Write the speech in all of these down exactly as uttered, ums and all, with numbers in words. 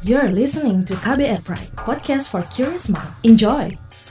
You're listening to K B R Pride, podcast for curious mind. Enjoy!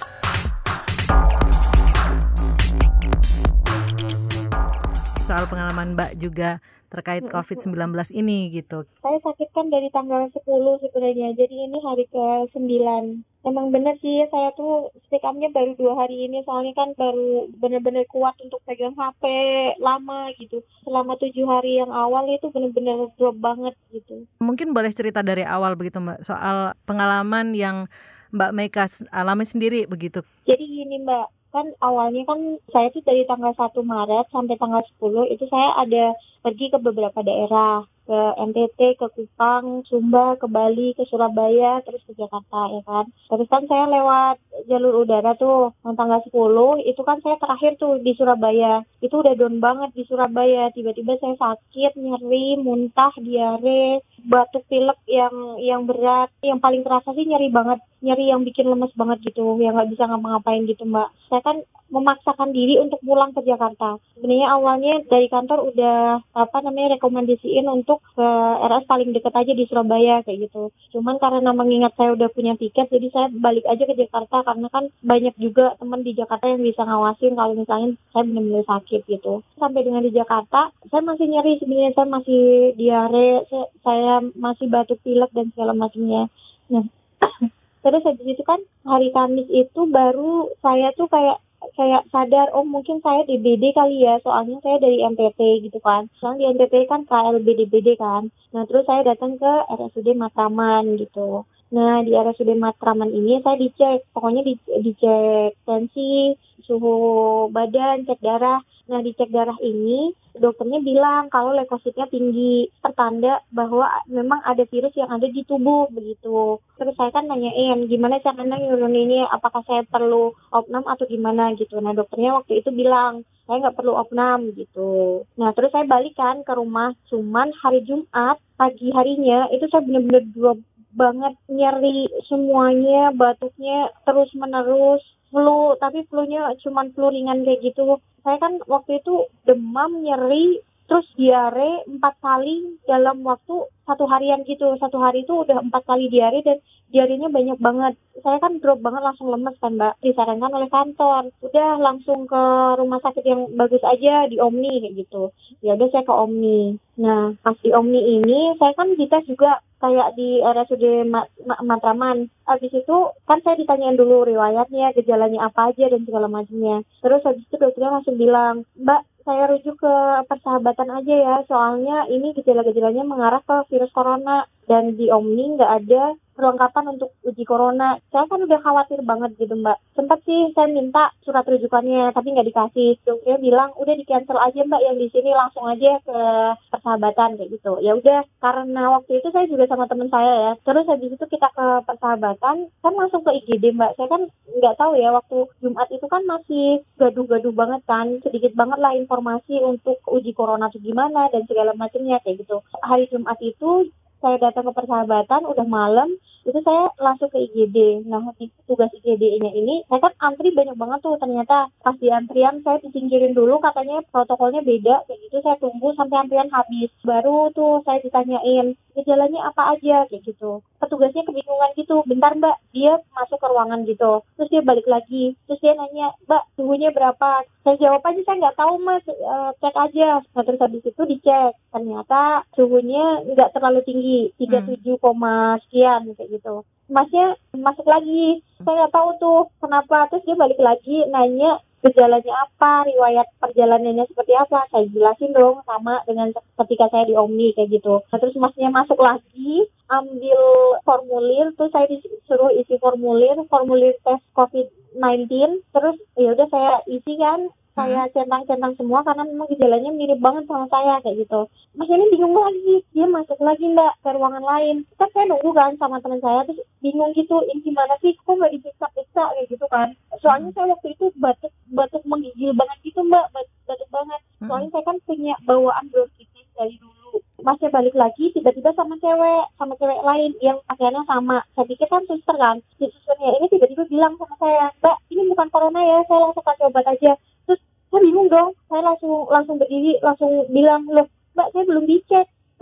Soal pengalaman Mbak juga terkait covid sembilan belas ini gitu. Saya sakit kan dari tanggal sepuluh sebenarnya, jadi ini hari ke sembilan. Emang bener sih, saya tuh speak up-nya baru dua hari ini, soalnya kan baru bener-bener kuat untuk pegang H P lama gitu. Selama tujuh hari yang awal itu bener-bener drop banget gitu. Mungkin boleh cerita dari awal begitu Mbak, soal pengalaman yang Mbak Meika alami sendiri begitu. Jadi gini Mbak, kan awalnya kan saya tuh dari tanggal satu Maret sampai tanggal sepuluh itu saya ada pergi ke beberapa daerah, ke N T T, ke Kupang, Sumba, ke Bali, ke Surabaya, terus ke Jakarta ya kan. Terus kan saya lewat jalur udara tuh, yang tanggal sepuluh itu kan saya terakhir tuh di Surabaya. Itu udah down banget di Surabaya, tiba-tiba saya sakit, nyeri, muntah, diare, batuk pilek yang yang berat. Yang paling terasa sih nyeri banget, nyeri yang bikin lemes banget gitu, yang nggak bisa ngapa-ngapain gitu Mbak. Saya kan memaksakan diri untuk pulang ke Jakarta. Sebenarnya awalnya dari kantor udah apa namanya rekomendasiin untuk ke R S paling dekat aja di Surabaya kayak gitu. Cuman karena mengingat saya udah punya tiket, jadi saya balik aja ke Jakarta karena kan banyak juga teman di Jakarta yang bisa ngawasin kalau misalnya saya benar-benar sakit gitu. Sampai dengan di Jakarta, saya masih nyeri sebenarnya, saya masih diare, saya, saya masih batuk pilek dan segala macamnya. Nah, terus habis itu kan hari Kamis itu baru saya tuh kayak kayak sadar, oh mungkin saya D B D kali ya, soalnya saya dari M T T gitu kan. Soalnya di M T T kan K L B D B D kan. Nah terus saya datang ke R S U D Matraman gitu. Nah di R S U D Matraman ini saya dicek, pokoknya di, dicek tensi, suhu badan, cek darah. Nah di cek darah ini dokternya bilang kalau leukositnya tinggi, pertanda bahwa memang ada virus yang ada di tubuh begitu. Terus saya kan nanyain gimana caranya nuruninnya, apakah saya perlu opnam atau gimana gitu. Nah dokternya waktu itu bilang saya nggak perlu opnam gitu. Nah terus saya balik kan ke rumah, cuman hari Jumat pagi harinya itu saya benar-benar drop banget, nyeri semuanya, batuknya terus menerus, flu, tapi flu-nya cuman flu ringan kayak gitu. Saya kan waktu itu demam, nyeri, terus diare empat kali dalam waktu satu harian gitu. Satu hari itu udah empat kali diare dan diarenya banyak banget. Saya kan drop banget, langsung lemes kan Mbak. Disarankan oleh kantor, udah langsung ke rumah sakit yang bagus aja, di Omni kayak gitu. Ya udah saya ke Omni. Nah pas di Omni ini saya kan dites juga kayak di R S U D Matraman. Habis itu kan saya ditanyain dulu riwayatnya, gejalanya apa aja dan segala macamnya. Terus habis itu dokternya langsung bilang, Mbak saya rujuk ke Persahabatan aja ya, soalnya ini gejala-gejalanya mengarah ke virus corona. Dan di Omni nggak ada perlengkapan untuk uji corona. Saya kan udah khawatir banget gitu Mbak. Sempat sih saya minta surat rujukannya, tapi nggak dikasih. Dokternya bilang udah di cancel aja Mbak, yang di sini langsung aja ke Persahabatan kayak gitu. Ya udah, karena waktu itu saya juga sama teman saya ya. Terus habis itu kita ke Persahabatan, kan langsung ke I G D Mbak. Saya kan nggak tahu ya, waktu Jumat itu kan masih gaduh-gaduh banget kan, sedikit banget lah informasi untuk uji corona itu gimana dan segala macamnya kayak gitu. Hari Jumat itu saya datang ke Persahabatan, udah malam, itu saya langsung ke I G D. Nah, tugas I G D-nya ini, saya kan antri banyak banget tuh, ternyata pas di antrian saya disingkirin dulu, katanya protokolnya beda, kayak gitu saya tunggu sampai antrian habis. Baru tuh saya ditanyain, gejalanya apa aja, kayak gitu. Petugasnya kebingungan gitu, bentar Mbak, dia masuk ke ruangan gitu, terus dia balik lagi, terus dia nanya, Mbak, suhunya berapa? Saya jawab aja, saya nggak tahu Mas, uh, cek aja. Nah, terus habis itu dicek, ternyata suhunya nggak terlalu tinggi, tiga puluh tujuh, hmm. sekian kayak gitu. Masnya masuk lagi, saya nggak tahu tuh kenapa. Terus dia balik lagi nanya gejalanya apa, riwayat perjalanannya seperti apa. Saya jelasin dong sama dengan ketika saya di Omni kayak gitu. Nah, terus masnya masuk lagi, ambil formulir, terus saya disuruh isi formulir, formulir tes covid sembilan belas. Terus ya udah saya isi kan, saya centang-centang semua karena memang gejalanya mirip banget sama saya kayak gitu. Mas ini bingung lagi, dia masuk lagi Mbak ke ruangan lain. Kan saya nunggu kan sama teman saya, terus bingung gitu, ini gimana sih, kok nggak diperiksa-periksa kayak gitu kan. Soalnya saya waktu itu batuk batuk menggigil banget gitu Mbak, batuk, batuk banget. Soalnya saya kan punya bawaan bronkitis dari dulu. Masnya balik lagi tiba-tiba sama cewek, sama cewek lain yang pakaiannya sama. Saya pikir kan suster kan, si susternya ini tiba-tiba bilang sama saya, Mbak ini bukan corona ya, saya langsung kasih obat aja. Terus saya bingung dong, saya langsung langsung berdiri, langsung bilang, loh Mbak saya belum dicek,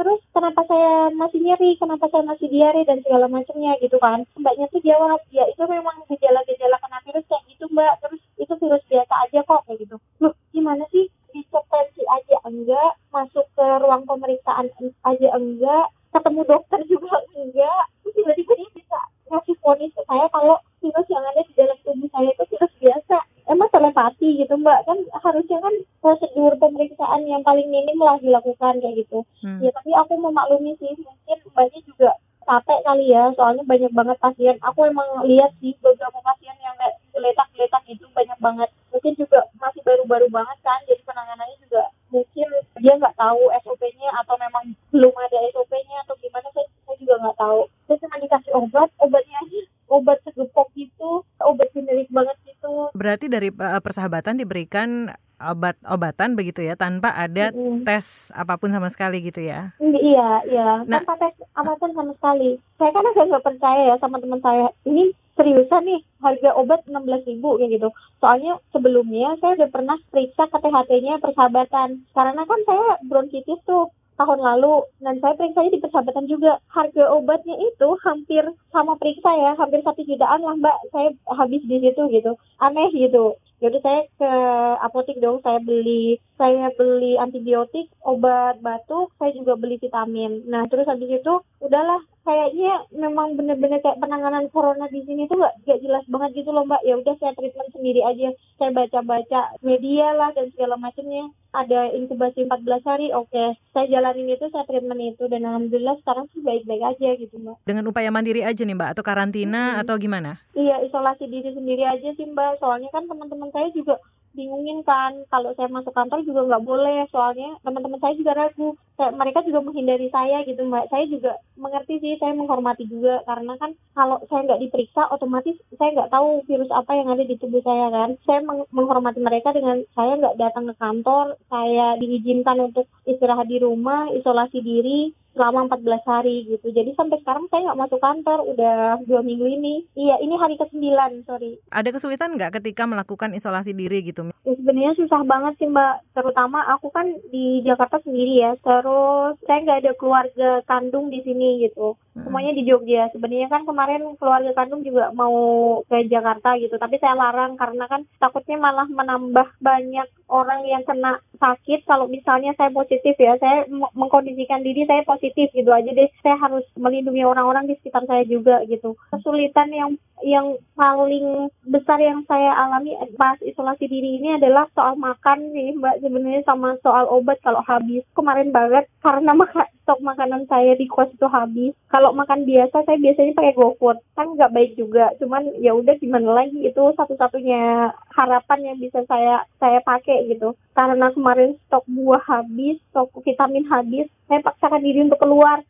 terus kenapa saya masih nyeri, kenapa saya masih diare dan segala macamnya gitu kan. Mbaknya tuh jawab, ya itu memang gejala-gejala kena virus kayak gitu mbak, terus itu virus biasa aja kok kayak gitu. Loh gimana sih, dicek tensi aja enggak, masuk ke ruang pemeriksaan aja enggak, ketemu dokter juga enggak, terus tiba-tiba dia bisa ngasih vonis ke saya kalau virus yang ada di dalam tubuh saya itu virus biasa. Emang telepati gitu mbak, kan harusnya kan prosedur pemeriksaan yang paling minim lah dilakukan kayak gitu. Hmm. Ya tapi aku memaklumi sih, mungkin mbaknya juga capek kali ya, soalnya banyak banget pasien. Aku emang lihat sih beberapa pasien yang kayak geletak-geletak itu banyak banget. Mungkin juga masih baru-baru banget kan, jadi penanganannya juga mungkin dia nggak tahu S O P-nya atau memang belum ada S O P-nya atau gimana, saya, saya juga nggak tahu. Saya cuma dikasih obat, obatnya aja obat segepok gitu, obat generik banget gitu. Berarti dari uh, persahabatan diberikan obat-obatan begitu ya, tanpa ada mm-hmm. tes apapun sama sekali gitu ya? Iya, iya, nah, tanpa tes apapun sama sekali. Saya kan agak nggak percaya ya sama teman saya, ini seriusan nih harga obat enam belas ribu kayak gitu. Soalnya sebelumnya saya udah pernah periksa K T H T-nya persahabatan, karena kan saya bronkitis tuh tahun lalu, dan saya periksanya di persahabatan juga. Harga obatnya itu hampir sama periksa ya, hampir satu jutaan lah mbak, saya habis di situ gitu. Aneh gitu. Jadi saya ke apotek dong, saya beli saya beli antibiotik, obat batuk, saya juga beli vitamin. Nah terus habis itu udahlah, kayaknya memang benar-benar kayak penanganan corona di sini tuh nggak nggak jelas banget gitu loh mbak. Ya udah saya treatment sendiri aja, saya baca-baca media lah dan segala macamnya. Ada inkubasi empat belas hari, oke, okay. Saya jalanin itu, saya treatment itu, dan alhamdulillah sekarang sih baik-baik aja gitu mbak. Dengan upaya mandiri aja nih mbak, atau karantina hmm. atau gimana? Iya, isolasi diri sendiri aja sih mbak, soalnya kan teman-teman saya juga bingungin kan, kalau saya masuk kantor juga nggak boleh, soalnya teman-teman saya juga ragu, saya, mereka juga menghindari saya gitu mbak. Saya juga mengerti sih, saya menghormati juga, karena kan kalau saya nggak diperiksa, otomatis saya nggak tahu virus apa yang ada di tubuh saya kan. Saya meng- menghormati mereka dengan saya nggak datang ke kantor, saya diizinkan untuk istirahat di rumah, isolasi diri selama empat belas hari gitu. Jadi sampai sekarang saya nggak masuk kantor, udah dua minggu ini. Iya, ini hari kesembilan, sorry. Ada kesulitan nggak ketika melakukan isolasi diri gitu? Ya, sebenarnya susah banget sih mbak. Terutama aku kan di Jakarta sendiri ya. Terus saya nggak ada keluarga kandung di sini gitu. Hmm. Semuanya di Jogja. Sebenarnya kan kemarin keluarga kandung juga mau ke Jakarta gitu. Tapi saya larang karena kan takutnya malah menambah banyak orang yang kena sakit. Kalau misalnya saya positif ya, saya m- mengkondisikan diri saya positif gitu aja deh. Saya harus melindungi orang-orang di sekitar saya juga gitu. Kesulitan yang yang paling besar yang saya alami pas isolasi diri ini adalah soal makan sih mbak, sebenarnya, sama soal obat kalau habis. Kemarin banget karena maka, stok makanan saya di kos itu habis. Kalau makan biasa saya biasanya pakai GoFood, kan nggak baik juga, cuman ya udah gimana lagi, itu satu-satunya harapan yang bisa saya saya pakai gitu. Karena kemarin stok buah habis, stok vitamin habis, saya paksakan diri untuk keluar.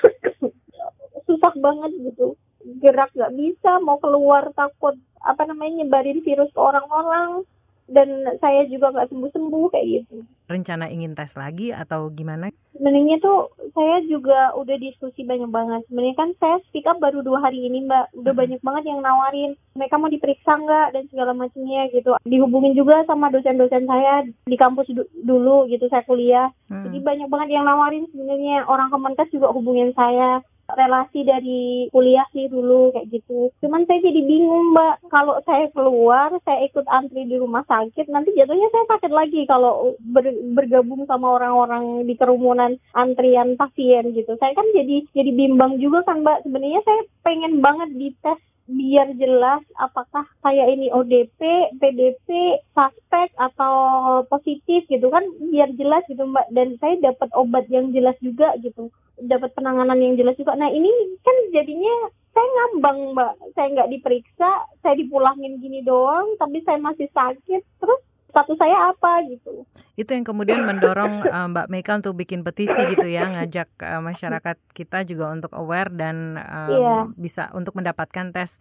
Susah banget gitu, gerak nggak bisa, mau keluar takut apa namanya nyebarin virus ke orang-orang, dan saya juga nggak sembuh-sembuh kayak gitu. Rencana ingin tes lagi atau gimana? Sebenarnya tuh saya juga udah diskusi banyak banget. Sebenarnya kan saya speak up baru dua hari ini mbak, udah hmm. banyak banget yang nawarin mereka mau diperiksa nggak dan segala macamnya gitu. Dihubungin juga sama dosen-dosen saya di kampus du- dulu gitu, saya kuliah. Hmm. Jadi banyak banget yang nawarin sebenarnya. Orang Kemenkes juga hubungin saya. Relasi dari kuliah sih dulu kayak gitu. Cuman saya jadi bingung mbak, kalau saya keluar, saya ikut antri di rumah sakit, nanti jatuhnya saya sakit lagi kalau ber- bergabung sama orang-orang di kerumunan antrian pasien gitu. Saya kan jadi jadi bimbang juga kan mbak. Sebenarnya saya pengen banget dites biar jelas apakah saya ini O D P, P D P, suspek atau positif gitu kan, biar jelas gitu mbak, dan saya dapat obat yang jelas juga gitu, dapat penanganan yang jelas juga. Nah ini kan jadinya saya ngambang mbak, saya nggak diperiksa, saya dipulangin gini doang, tapi saya masih sakit, terus status saya apa gitu. Itu yang kemudian mendorong uh, Mbak Meika untuk bikin petisi gitu ya, ngajak uh, masyarakat kita juga untuk aware dan um, yeah. bisa untuk mendapatkan tes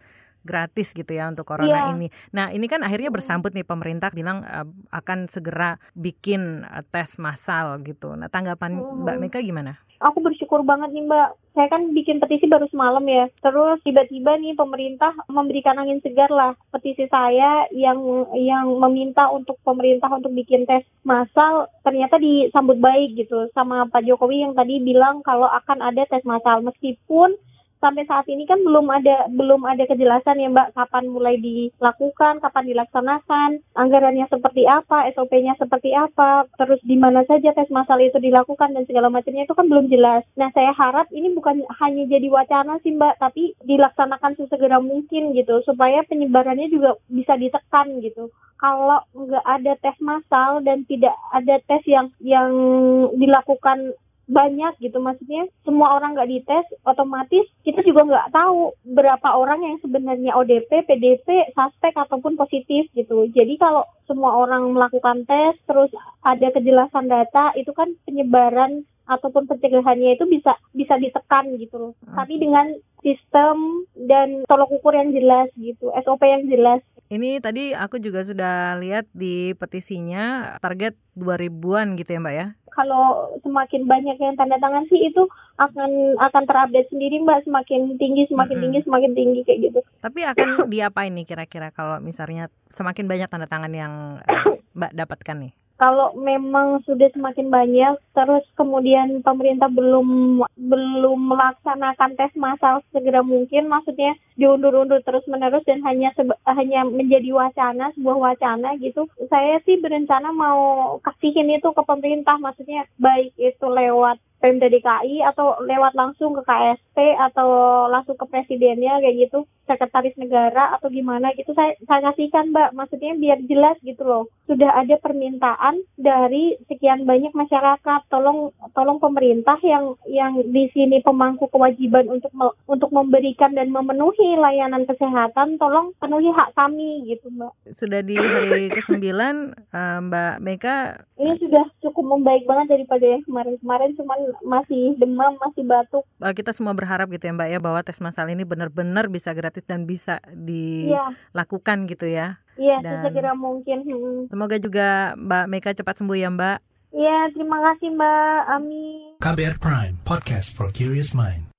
gratis gitu ya untuk corona Iya. ini. Nah ini kan akhirnya Mm. bersambut nih, pemerintah bilang uh, akan segera bikin uh, tes massal gitu. Nah tanggapan Mbak Mm. Meka gimana? Aku bersyukur banget nih Mbak. Saya kan bikin petisi baru semalam ya. Terus tiba-tiba nih pemerintah memberikan angin segar lah. Petisi saya yang yang meminta untuk pemerintah untuk bikin tes massal ternyata disambut baik gitu sama Pak Jokowi yang tadi bilang kalau akan ada tes massal, meskipun sampai saat ini kan belum ada belum ada kejelasan ya Mbak, kapan mulai dilakukan, kapan dilaksanakan, anggarannya seperti apa, S O P-nya seperti apa, terus di mana saja tes massal itu dilakukan dan segala macamnya itu kan belum jelas. Nah, saya harap ini bukan hanya jadi wacana sih Mbak, tapi dilaksanakan sesegera mungkin gitu supaya penyebarannya juga bisa ditekan gitu. Kalau nggak ada tes massal dan tidak ada tes yang yang dilakukan banyak gitu, maksudnya semua orang nggak dites, otomatis kita juga nggak tahu berapa orang yang sebenarnya O D P, P D P, suspek ataupun positif gitu. Jadi kalau semua orang melakukan tes terus ada kejelasan data, itu kan penyebaran ataupun pencegahannya itu bisa bisa ditekan gitu loh. Hmm. Tapi dengan sistem dan tolok ukur yang jelas gitu, S O P yang jelas. Ini tadi aku juga sudah lihat di petisinya target dua ribuan gitu ya Mbak ya? Kalau semakin banyak yang tanda tangan sih itu akan akan terupdate sendiri Mbak, semakin tinggi semakin mm-hmm. tinggi semakin tinggi kayak gitu. Tapi akan diapain nih kira-kira kalau misalnya semakin banyak tanda tangan yang uh, Mbak dapatkan nih? Kalau memang sudah semakin banyak, terus kemudian pemerintah belum belum melaksanakan tes massal segera mungkin, maksudnya diundur-undur terus-menerus dan hanya seba, hanya menjadi wacana, sebuah wacana gitu. Saya sih berencana mau kasihin itu ke pemerintah, maksudnya baik itu lewat Pemda D K I atau lewat langsung ke K S P atau langsung ke presidennya kayak gitu, sekretaris negara atau gimana gitu, saya saya kasihkan Mbak, maksudnya biar jelas gitu loh. Sudah ada permintaan dari sekian banyak masyarakat, tolong tolong pemerintah yang yang di sini pemangku kewajiban untuk untuk memberikan dan memenuhi layanan kesehatan, tolong penuhi hak kami gitu Mbak. Sudah di hari kesembilan Mbak Meka, ini sudah cukup membaik banget daripada yang kemarin-kemarin, cuman masih demam, masih batuk. Kita semua berharap gitu ya Mbak ya, bahwa tes massal ini benar-benar bisa gratis dan bisa dilakukan ya. Gitu ya. Iya, sesegera mungkin. Semoga juga Mbak Meka cepat sembuh ya Mbak. Iya, terima kasih Mbak. Amin. K B R Prime, podcast for curious mind.